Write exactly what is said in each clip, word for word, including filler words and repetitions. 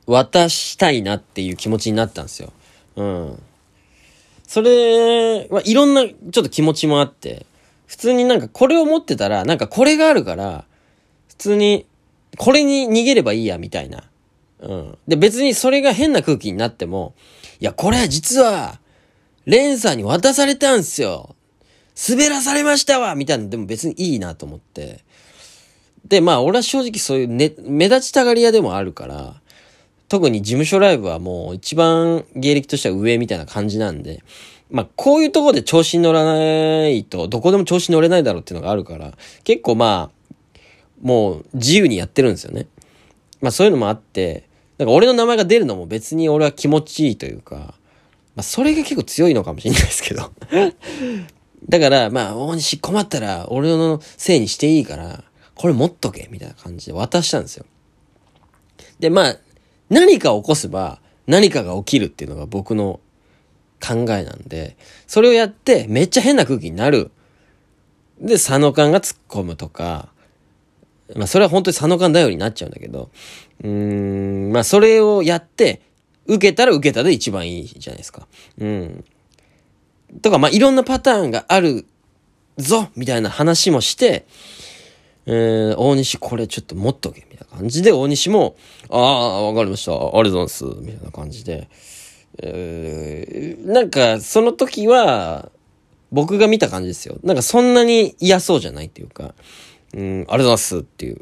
渡したいなっていう気持ちになったんですよ。うん。それはいろんなちょっと気持ちもあって、普通になんかこれを持ってたら、なんかこれがあるから、普通にこれに逃げればいいやみたいな。うん。で別にそれが変な空気になっても、いやこれ実はレンさんに渡されたんすよ。滑らされましたわみたいなのでも別にいいなと思って。でまあ俺は正直そういうね目立ちたがり屋でもあるから。特に事務所ライブはもう一番芸歴としては上みたいな感じなんで、まあこういうところで調子に乗らないとどこでも調子に乗れないだろうっていうのがあるから、結構まあもう自由にやってるんですよね。まあそういうのもあって、なんか俺の名前が出るのも別に俺は気持ちいいというか、まあそれが結構強いのかもしれないですけど。だからまあ大西困ったら俺のせいにしていいからこれ持っとけみたいな感じで渡したんですよ。でまあ何か起こせば何かが起きるっていうのが僕の考えなんで、それをやってめっちゃ変な空気になる。で、佐野勘が突っ込むとか、まあそれは本当に佐野勘頼りになっちゃうんだけど、うーん、まあそれをやって、受けたら受けたで一番いいじゃないですか。うん。とか、まあいろんなパターンがあるぞみたいな話もして、えー、大西これちょっと持っとけみたいな感じで、大西もああわかりましたありがとうございますみたいな感じで、えー、なんかその時は僕が見た感じですよ。なんかそんなに嫌そうじゃないっていうか、うん、ありがとうございますっていう、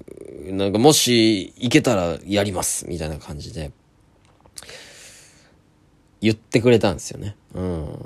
なんかもし行けたらやりますみたいな感じで言ってくれたんですよね。うん。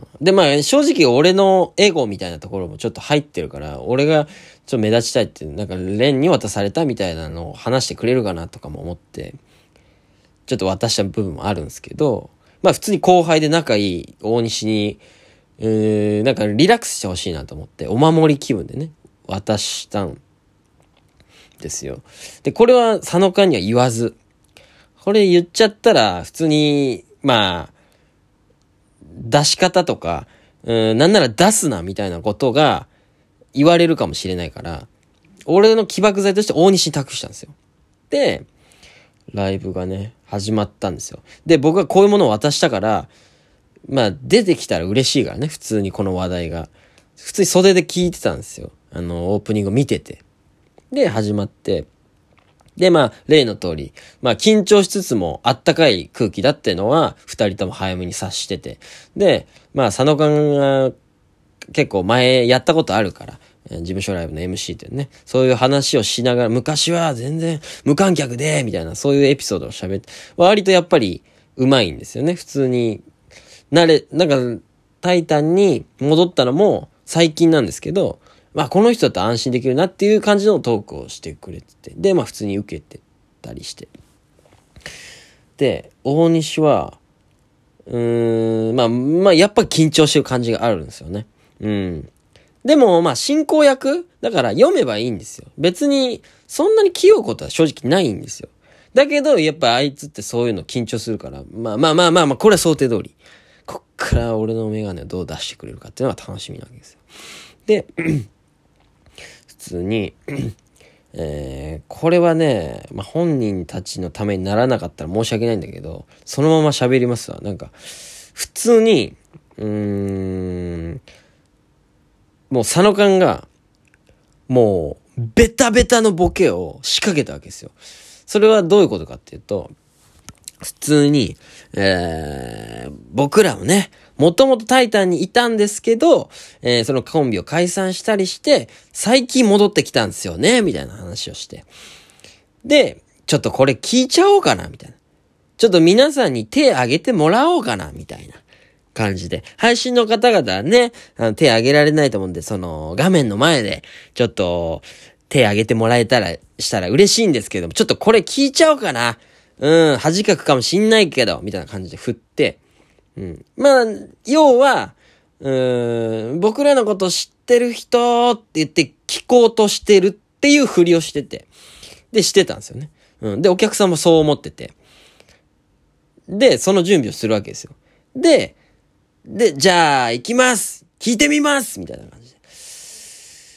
で、まあ、正直俺のエゴみたいなところもちょっと入ってるから、俺がちょっと目立ちたいっていう、なんか、レンに渡されたみたいなのを話してくれるかなとかも思って、ちょっと渡した部分もあるんですけど、まあ、普通に後輩で仲いい大西に、えー、なんかリラックスしてほしいなと思って、お守り気分でね、渡したんですよ。で、これは佐野勘には言わず、これ言っちゃったら、普通に、まあ、出し方とか、うん、なんなら出すなみたいなことが言われるかもしれないから、俺の起爆剤として大西に託したんですよ。で、ライブがね、始まったんですよ。で、僕がこういうものを渡したから、まあ、出てきたら嬉しいからね、普通にこの話題が。普通に袖で聞いてたんですよ。あの、オープニング見てて。で、始まって、で、まあ、例の通り、まあ、緊張しつつもあったかい空気だってのは、二人とも早めに察してて。で、まあ、佐野勘が結構前やったことあるから、事務所ライブの エムシー っていうね、そういう話をしながら、昔は全然無観客で、みたいな、そういうエピソードを喋って、割とやっぱり上手いんですよね。普通に、慣れ、なんか、タイタンに戻ったのも最近なんですけど、まあこの人だと安心できるなっていう感じのトークをしてくれてて、でまあ普通に受けてたりして、で大西はうーんまあまあやっぱ緊張してる感じがあるんですよね。うん。でもまあ進行役だから読めばいいんですよ。別にそんなに気負うことは正直ないんですよ。だけどやっぱあいつってそういうの緊張するから、まあまあまあまあまあこれは想定通り。こっから俺のメガネをどう出してくれるかっていうのが楽しみなわけですよ。で普通に、えー、これはね、まあ、本人たちのためにならなかったら申し訳ないんだけど、そのまま喋りますわ。なんか、普通に、うーん、もう佐野勘が、もう、ベタベタのボケを仕掛けたわけですよ。それはどういうことかっていうと、普通に、えー、僕らもね、もともとタイタンにいたんですけど、えー、そのコンビを解散したりして、最近戻ってきたんですよね、みたいな話をして。で、ちょっとこれ聞いちゃおうかな、みたいな。ちょっと皆さんに手挙げてもらおうかな、みたいな感じで。配信の方々はね、あの手挙げられないと思うんで、その画面の前で、ちょっと手挙げてもらえたら、したら嬉しいんですけども、ちょっとこれ聞いちゃおうかな。うん、恥かくかもしんないけど、みたいな感じで振って、うん。まあ、要は、うーん、僕らのこと知ってる人って言って聞こうとしてるっていうふりをしてて。で、してたんですよね。うん。で、お客さんもそう思ってて。で、その準備をするわけですよ。で、で、じゃあ、行きます聞いてみますみたいな感じで。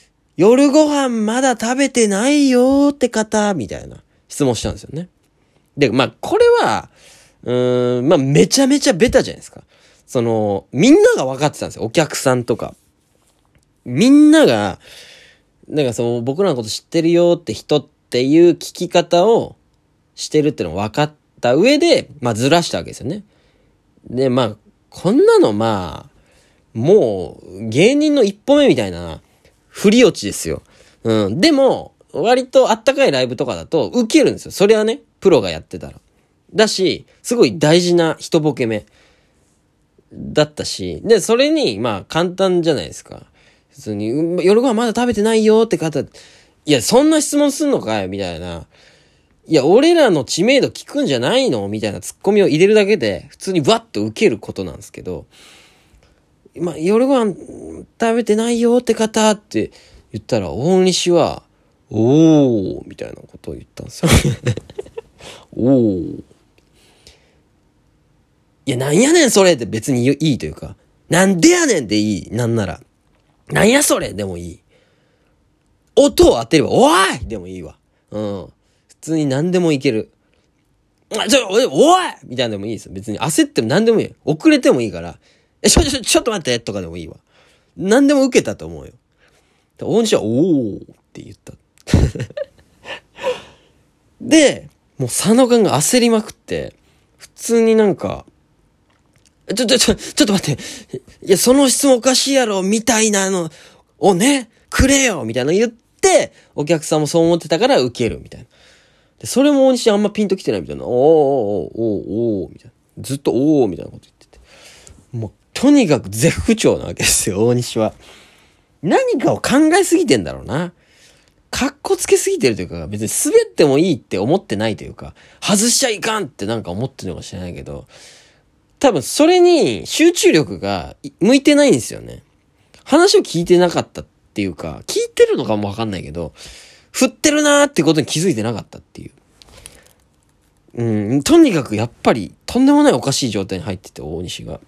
夜ご飯まだ食べてないよーって方みたいな質問したんですよね。 で、まあ、これは、うーん、まあ、めちゃめちゃベタじゃないですか。その、みんなが分かってたんですよ。お客さんとか。みんなが、なんかその、僕らのこと知ってるよって人っていう聞き方をしてるっての分かった上で、まあ、ずらしたわけですよね。で、まあ、こんなのまあ、もう、芸人の一歩目みたいな、振り落ちですよ。うん。でも、割とあったかいライブとかだと、ウケるんですよ。それはね、プロがやってたら。だし、すごい大事な一ボケ目。だったし、で、それに、まあ、簡単じゃないですか。普通に、うん、夜ご飯まだ食べてないよって方、いや、そんな質問すんのかよ、みたいな。いや、俺らの知名度聞くんじゃないのみたいなツッコミを入れるだけで、普通にワッと受けることなんですけど、まあ、夜ご飯食べてないよって方って言ったら、大西は、おー、みたいなことを言ったんですよ。おー。いや、なんやねんそれって別にいいというか、なんでやねんでいい。なんなら。なんやそれでもいい。音を当てれば、おいでもいいわ。うん。普通に何でもいける。あ、ちょ、おいみたいなのでもいいですよ。別に焦っても何でもいい。遅れてもいいから。え、ちょ、ちょ、ちょっと待ってとかでもいいわ。何でも受けたと思うよ。大西は、おーって言った。で、もう佐野君が焦りまくって、普通になんか、ちょ、ちょ、ちょ、ちょっと待って。いや、その質問おかしいやろ、みたいなのをね、くれよみたいなの言って、お客さんもそう思ってたから受けるみたいな。で、それも大西あんまピンときてないみたいな。おーおーおーおーおーみたいな。ずっとおーみたいなこと言ってて。もう、とにかく絶不調なわけですよ、大西は。何かを考えすぎてんだろうな。かっこつけすぎてるというか、別に滑ってもいいって思ってないというか、外しちゃいかんってなんか思ってるのかもしれないけど、多分それに集中力が向いてないんですよね。話を聞いてなかったっていうか、聞いてるのかもわかんないけど、振ってるなーってことに気づいてなかったっていう。うん、とにかくやっぱりとんでもないおかしい状態に入ってて、大西が。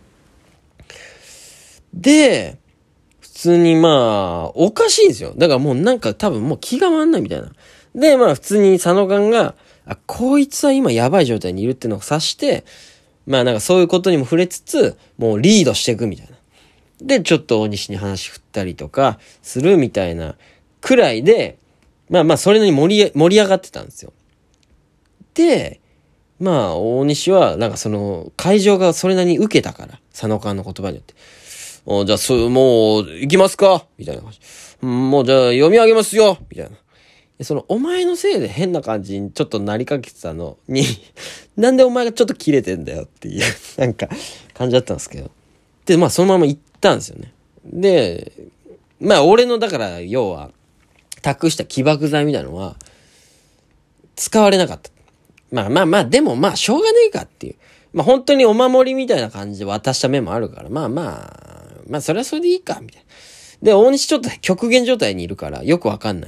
で、普通にまあ、おかしいんですよ。だからもうなんか多分もう気が回んないみたいな。で、まあ普通に佐野勘が、あ、こいつは今やばい状態にいるっていうのを察して、まあなんかそういうことにも触れつつ、もうリードしていくみたいな。で、ちょっと大西に話振ったりとかするみたいなくらいで、まあまあそれに盛り、盛り上がってたんですよ。で、まあ大西はなんかその会場がそれなりに受けたから、佐野勘の言葉によって。おじゃあ、そう、もう、行きますかみたいな感じ。もうじゃあ読み上げますよみたいな。その、お前のせいで変な感じにちょっとなりかけてたのに、なんでお前がちょっと切れてんだよっていう、なんか、感じだったんですけど。で、まあ、そのまま行ったんですよね。で、まあ、俺の、だから、要は、託した起爆剤みたいなのは、使われなかった。まあまあまあ、でもまあ、しょうがねえかっていう。まあ、本当にお守りみたいな感じで渡した面もあるから、まあまあ、まあ、それはそれでいいか、みたいな。で、大西ちょっと極限状態にいるから、よくわかんない。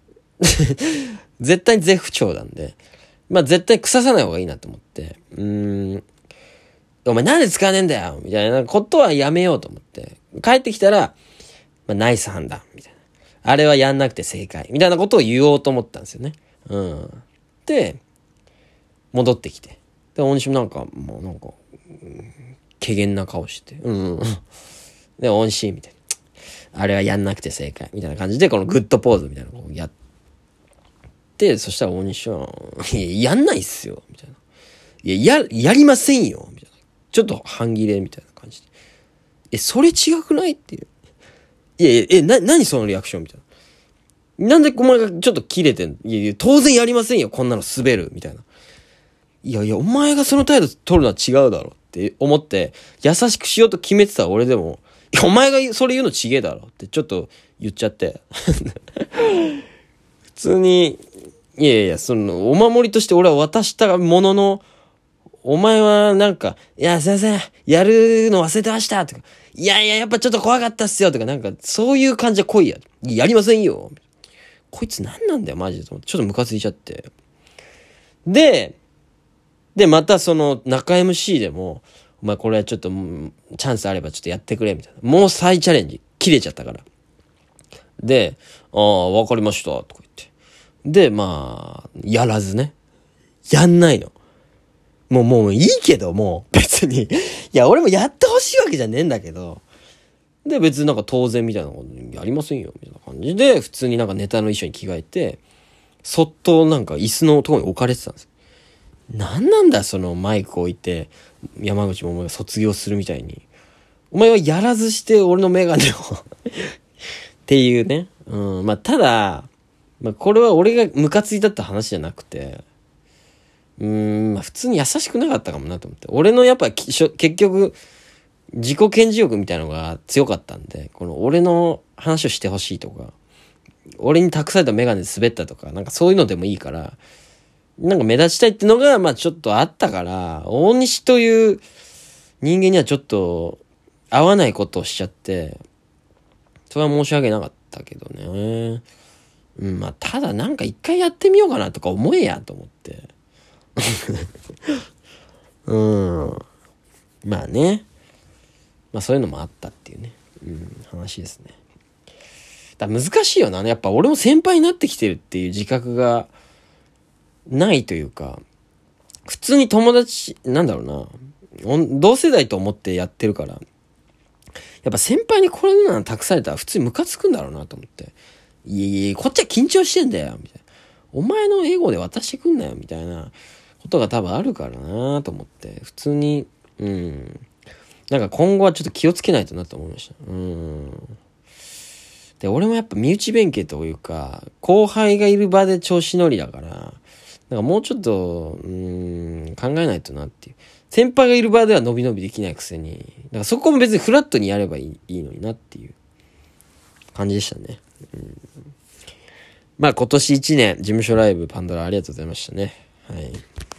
絶対に絶不調なんで、まあ絶対腐さない方がいいなと思って、うーん、お前なんで使わねえんだよみたいなことはやめようと思って、帰ってきたら、まあ、ナイス判断みたいな。あれはやんなくて正解みたいなことを言おうと思ったんですよね。うん。で、戻ってきて。で、大西もなんか、もうなんか、怪げな顔して、うん。で、大西みたいな。あれはやんなくて正解みたいな感じで、このグッドポーズみたいなのをやって、で、そしたら大西は、いや、やんないっすよ、みたいな。いや、や、やりませんよ、みたいな。ちょっと半切れみたいな感じで。え、それ違くないっていう。いやいや、え、な、何そのリアクションみたいな。なんでお前がちょっと切れてんいやいや、当然やりませんよ、こんなの滑る、みたいな。いやいや、お前がその態度取るのは違うだろって思って、優しくしようと決めてた俺でも、いや、お前がそれ言うの違えだろってちょっと言っちゃって。普通に、いやいや、その、お守りとして俺は渡したものの、お前はなんか、いや、すいません、やるの忘れてましたとか、いやいや、やっぱちょっと怖かったっすよとか、なんか、そういう感じで来いや。やりませんよ。こいつ何なんだよ、マジで。ちょっとムカついちゃって。で、で、またその、中 エムシー でも、お前これはちょっと、チャンスあればちょっとやってくれ、みたいな。もう再チャレンジ。切れちゃったから。で、ああ、わかりました、とか言って。で、まあ、やらずね。やんないの。 もうもういいけど、もう別に。いや、俺もやってほしいわけじゃねえんだけど。で、別になんか当然みたいなことやりませんよ、みたいな感じで、普通になんかネタの衣装に着替えて、そっとなんか椅子のところに置かれてたんですよ。なんなんだ、そのマイク置いて、山口百恵が卒業するみたいに。お前はやらずして俺のメガネをっていうね。うん。まあ、ただ、まあ、これは俺がムカついたって話じゃなくて、うーん、まあ、普通に優しくなかったかもなと思って。俺のやっぱ結局、自己顕示欲みたいなのが強かったんで、この俺の話をしてほしいとか、俺に託されたメガネで滑ったとか、なんかそういうのでもいいから、なんか目立ちたいってのが、まあちょっとあったから、大西という人間にはちょっと合わないことをしちゃって、それは申し訳なかったけどね。うん、まあただなんか一回やってみようかなとか思えやと思って。うん。まあね。まあそういうのもあったっていうね。うん、話ですね。だ難しいよな。やっぱ俺も先輩になってきてるっていう自覚がないというか、普通に友達、なんだろうな。同世代と思ってやってるから、やっぱ先輩にこれなの託されたら普通にムカつくんだろうなと思って。いやいや、こっちは緊張してんだよ、みたいな。お前のエゴで渡してくんなよ、みたいなことが多分あるからなと思って、普通に、うん。なんか今後はちょっと気をつけないとなと思いました。うん。で、俺もやっぱ身内弁慶というか、後輩がいる場で調子乗りだから、なんかもうちょっと、うーん、考えないとなっていう。先輩がいる場では伸び伸びできないくせに、だからそこも別にフラットにやればいい、いいのになっていう感じでしたね。うん、まあ今年いちねん、事務所ライブパンドラありがとうございましたね。はい。